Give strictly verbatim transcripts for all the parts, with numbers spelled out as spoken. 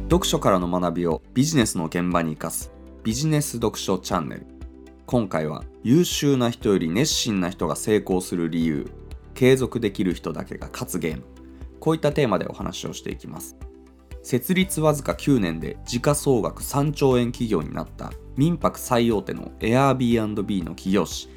読書からの学びをビジネスの現場に生かすビジネス読書チャンネル。今回は優秀な人より熱心な人が成功する理由、継続できる人だけが勝つゲーム、こういったテーマでお話をしていきます。設立わずかきゅうねんで時価総額さんちょうえん企業になった民泊最大手の Airbnb の起業誌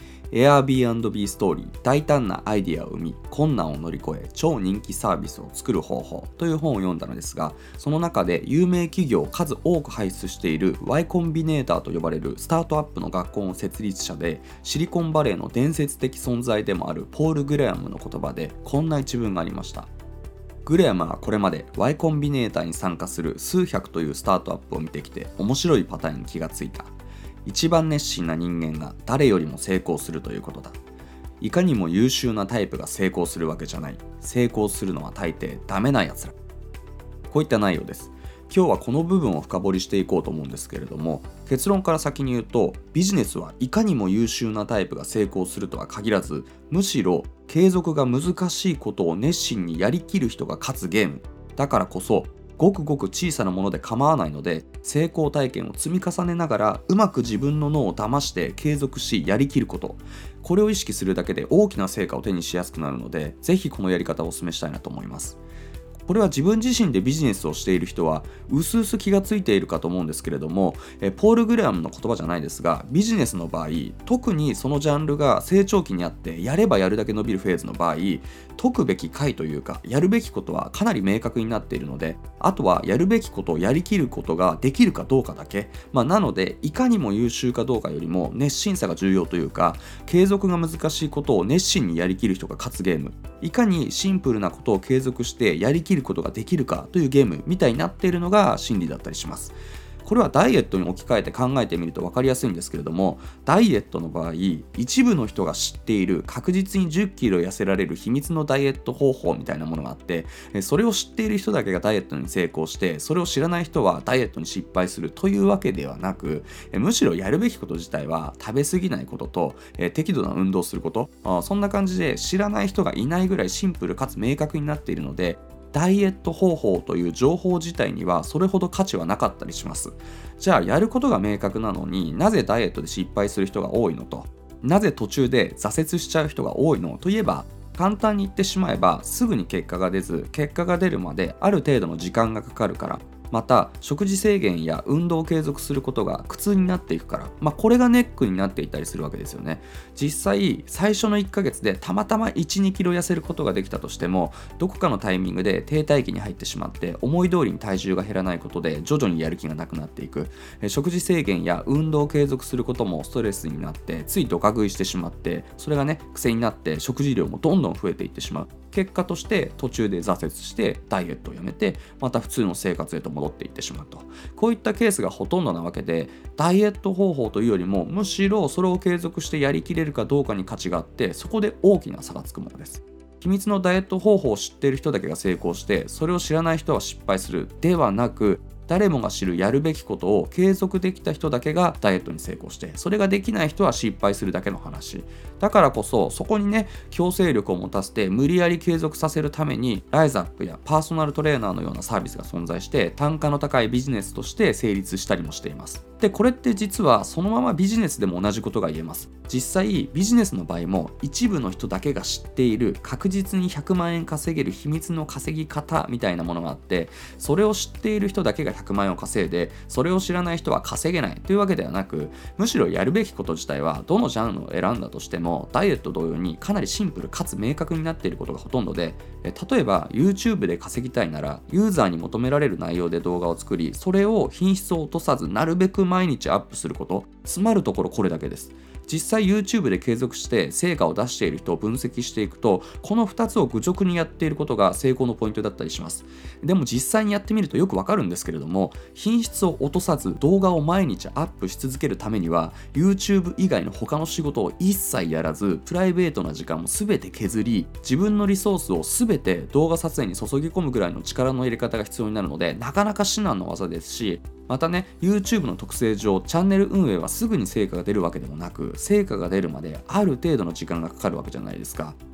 Airbnb ストーリー、大胆なアイディアを生み困難を乗り越え超人気サービスを作る方法という本を読んだのですが、その中で有名企業を数多く輩出している Y コンビネーターと呼ばれるスタートアップの学校の設立者でシリコンバレーの伝説的存在でもあるポール・グレアムの言葉でこんな一文がありました。グレアムはこれまで Y コンビネーターに参加する数百というスタートアップを見てきて面白いパターンに気がついた。一番熱心な人間が誰よりも成功するということだ。いかにも優秀なタイプが成功するわけじゃない。成功するのは大抵ダメなやつら。こういった内容です。今日はこの部分を深掘りしていこうと思うんですけれども、結論から先に言うと、ビジネスはいかにも優秀なタイプが成功するとは限らず、むしろ継続が難しいことを熱心にやりきる人が勝つゲームだからこそ、ごくごく小さなもので構わないので、成功体験を積み重ねながらうまく自分の脳を騙して継続しやりきること、これを意識するだけで大きな成果を手にしやすくなるので、ぜひこのやり方をお勧めしたいなと思います。これは自分自身でビジネスをしている人はうすうす気がついているかと思うんですけれども、えポール・グレアムの言葉じゃないですが、ビジネスの場合、特にそのジャンルが成長期にあってやればやるだけ伸びるフェーズの場合、解くべき解というかやるべきことはかなり明確になっているので、あとはやるべきことをやりきることができるかどうかだけ、まあ、なのでいかにも優秀かどうかよりも熱心さが重要というか、継続が難しいことを熱心にやりきる人が勝つゲーム、いかにシンプルなことを継続してやりきることができるかというゲームみたいになっているのが心理だったりします。これはダイエットに置き換えて考えてみると分かりやすいんですけれども、ダイエットの場合、一部の人が知っている確実にじゅっキロ痩せられる秘密のダイエット方法みたいなものがあって、それを知っている人だけがダイエットに成功して、それを知らない人はダイエットに失敗するというわけではなく、むしろやるべきこと自体は食べ過ぎないことと適度な運動をすること、そんな感じで知らない人がいないぐらいシンプルかつ明確になっているので、ダイエット方法という情報自体にはそれほど価値はなかったりします。じゃあやることが明確なのになぜダイエットで失敗する人が多いのと、なぜ途中で挫折しちゃう人が多いのといえば、簡単に言ってしまえばすぐに結果が出ず、結果が出るまである程度の時間がかかるから、また食事制限や運動を継続することが苦痛になっていくから、まあ、これがネックになっていたりするわけですよね。実際最初のいっかげつでたまたま いち、にキロ痩せることができたとしても、どこかのタイミングで停滞期に入ってしまって思い通りに体重が減らないことで徐々にやる気がなくなっていく。食事制限や運動を継続することもストレスになってついドカ食いしてしまって、それがね癖になって食事量もどんどん増えていってしまう。結果として途中で挫折してダイエットをやめてまた普通の生活へと戻っていってしまうと、こういったケースがほとんどなわけで、ダイエット方法というよりもむしろそれを継続してやりきれるかどうかに価値があって、そこで大きな差がつくものです。秘密のダイエット方法を知っている人だけが成功して、それを知らない人は失敗するではなく、誰もが知るやるべきことを継続できた人だけがダイエットに成功して、それができない人は失敗するだけの話だからこそ、そこにね強制力を持たせて無理やり継続させるためにライズアップやパーソナルトレーナーのようなサービスが存在して、単価の高いビジネスとして成立したりもしています。でこれって実はそのままビジネスでも同じことが言えます。実際ビジネスの場合も一部の人だけが知っている確実にひゃくまんえん稼げる秘密の稼ぎ方みたいなものがあって、それを知っている人だけがひゃくまんえんを稼いで、それを知らない人は稼げないというわけではなく、むしろやるべきこと自体はどのジャンルを選んだとしてもダイエット同様にかなりシンプルかつ明確になっていることがほとんどで、例えば YouTube で稼ぎたいならユーザーに求められる内容で動画を作り、それを品質を落とさずなるべく毎日アップすること、詰まるところこれだけです。実際 YouTube で継続して成果を出している人を分析していくと、このふたつを愚直にやっていることが成功のポイントだったりします。でも実際にやってみるとよくわかるんですけれども、品質を落とさず動画を毎日アップし続けるためには YouTube 以外の他の仕事を一切やらず、プライベートな時間も全て削り、自分のリソースを全て動画撮影に注ぎ込むぐらいの力の入れ方が必要になるので、なかなか至難の技ですし、またね YouTube の特性上チャンネル運営はすぐに成果が出るわけでもなく、成果が出るまである程度の時間がかかるわけじゃないですか。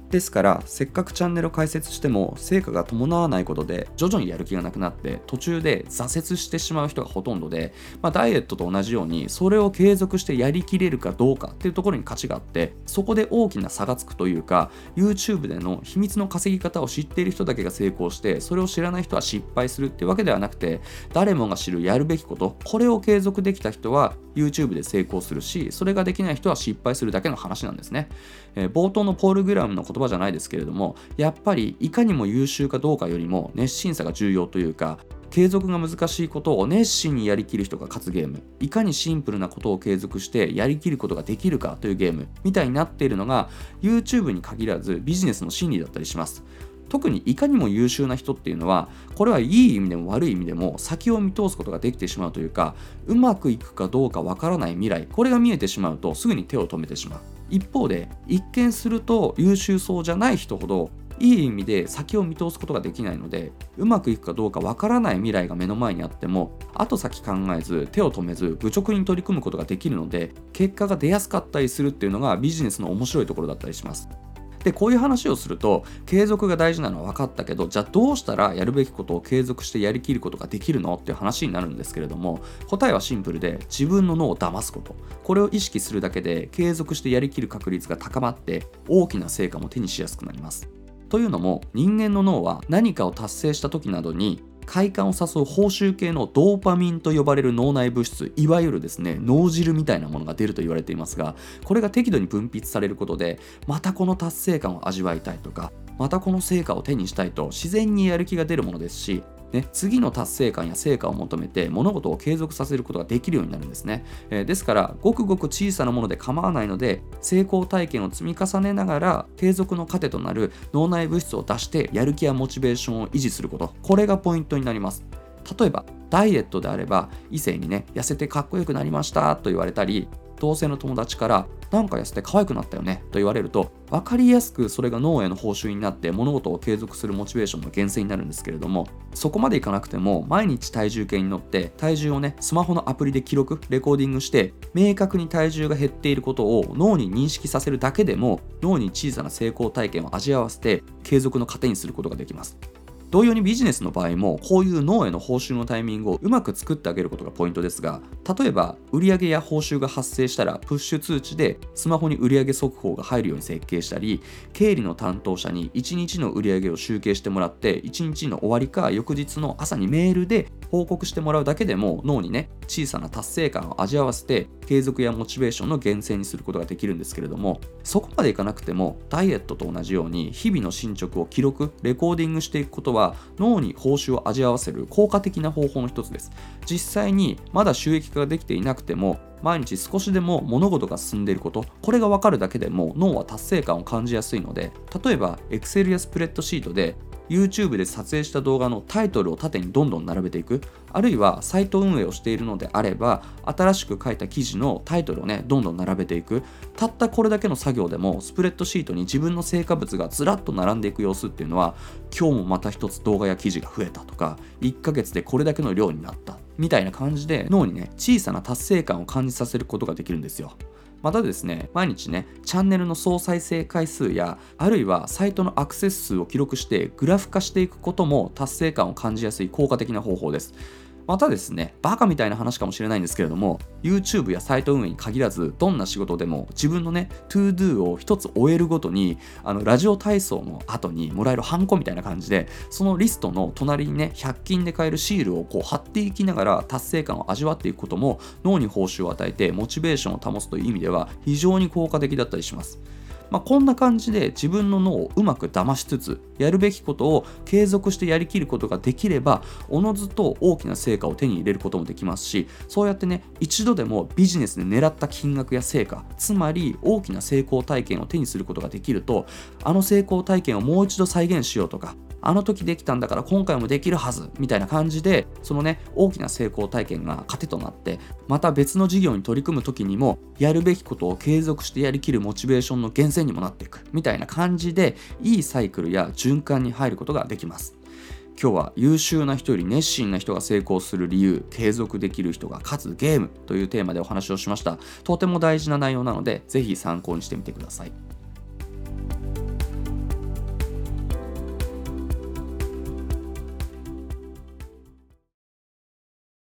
ですからせっかくチャンネルを開設しても成果が伴わないことで徐々にやる気がなくなって途中で挫折してしまう人がほとんどで、まあ、ダイエットと同じようにそれを継続してやりきれるかどうかっていうところに価値があって、そこで大きな差がつくというか YouTube での秘密の稼ぎ方を知っている人だけが成功してそれを知らない人は失敗するっていうわけではなくて、誰もが知るやるべきこと、これを継続できた人は YouTube で成功するし、それができない人は失敗するだけの話なんですね。えー冒頭のポール・グラムの言葉じゃないですけれども、やっぱりいかにも優秀かどうかよりも熱心さが重要というか、継続が難しいことを熱心にやりきる人が勝つゲーム、いかにシンプルなことを継続してやりきることができるかというゲームみたいになっているのが YouTube に限らずビジネスの真理だったりします。特にいかにも優秀な人っていうのは、これはいい意味でも悪い意味でも先を見通すことができてしまうというか、うまくいくかどうかわからない未来、これが見えてしまうとすぐに手を止めてしまう。一方で一見すると優秀そうじゃない人ほどいい意味で先を見通すことができないので、うまくいくかどうかわからない未来が目の前にあっても後先考えず手を止めず愚直に取り組むことができるので、結果が出やすかったりするっていうのがビジネスの面白いところだったりします。でこういう話をすると、継続が大事なのは分かったけど、じゃあどうしたらやるべきことを継続してやりきることができるのっていう話になるんですけれども、答えはシンプルで、自分の脳を騙すこと、これを意識するだけで継続してやりきる確率が高まって大きな成果も手にしやすくなります。というのも、人間の脳は何かを達成した時などに快感を誘う報酬系のドーパミンと呼ばれる脳内物質、いわゆるですね脳汁みたいなものが出ると言われていますが、これが適度に分泌されることで、またこの達成感を味わいたいとか、またこの成果を手にしたいと自然にやる気が出るものですし、ね、次の達成感や成果を求めて物事を継続させることができるようになるんですね。えー、ですからごくごく小さなもので構わないので、成功体験を積み重ねながら継続の糧となる脳内物質を出してやる気やモチベーションを維持すること、これがポイントになります。例えばダイエットであれば、異性にね痩せてかっこよくなりましたと言われたり、同性の友達からなんか痩せて可愛くなったよねと言われると、分かりやすくそれが脳への報酬になって物事を継続するモチベーションの源泉になるんですけれども、そこまでいかなくても毎日体重計に乗って体重をねスマホのアプリで記録レコーディングして、明確に体重が減っていることを脳に認識させるだけでも脳に小さな成功体験を味わわせて継続の糧にすることができます。同様にビジネスの場合もこういう脳への報酬のタイミングをうまく作ってあげることがポイントですが、例えば売上や報酬が発生したらプッシュ通知でスマホに売上速報が入るように設計したり、経理の担当者にいちにちの売上を集計してもらっていちにちの終わりか翌日の朝にメールで報告してもらうだけでも脳にね小さな達成感を味わわせて継続やモチベーションの源泉にすることができるんですけれども、そこまでいかなくてもダイエットと同じように日々の進捗を記録レコーディングしていくことは脳に報酬を味わわせる効果的な方法の一つです。実際にまだ収益化ができていなくても毎日少しでも物事が進んでいること、これが分かるだけでも脳は達成感を感じやすいので、例えば Excel やスプレッドシートでYouTube で撮影した動画のタイトルを縦にどんどん並べていく、あるいはサイト運営をしているのであれば新しく書いた記事のタイトルをねどんどん並べていく、たったこれだけの作業でもスプレッドシートに自分の成果物がずらっと並んでいく様子っていうのは、今日もまた一つ動画や記事が増えたとか、いっかげつでこれだけの量になったみたいな感じで脳にね小さな達成感を感じさせることができるんですよ。またですね、毎日ねチャンネルの総再生回数やあるいはサイトのアクセス数を記録してグラフ化していくことも達成感を感じやすい効果的な方法です。またですね、バカみたいな話かもしれないんですけれども、 YouTube やサイト運営に限らずどんな仕事でも自分のね To Do を一つ終えるごとにあのラジオ体操の後にもらえるハンコみたいな感じで、そのリストの隣にねひゃく均で買えるシールをこう貼っていきながら達成感を味わっていくことも脳に報酬を与えてモチベーションを保つという意味では非常に効果的だったりします。まあ、こんな感じで自分の脳をうまく騙しつつやるべきことを継続してやりきることができれば、おのずと大きな成果を手に入れることもできますし、そうやってね一度でもビジネスで狙った金額や成果、つまり大きな成功体験を手にすることができると、あの成功体験をもう一度再現しようとか、あの時できたんだから今回もできるはずみたいな感じで、そのね大きな成功体験が糧となってまた別の事業に取り組む時にもやるべきことを継続してやりきるモチベーションの源泉にもなっていくみたいな感じで、いいサイクルや循環に入ることができます。今日は優秀な人より熱心な人が成功する理由、継続できる人が勝つゲームというテーマでお話をしました。とても大事な内容なのでぜひ参考にしてみてください。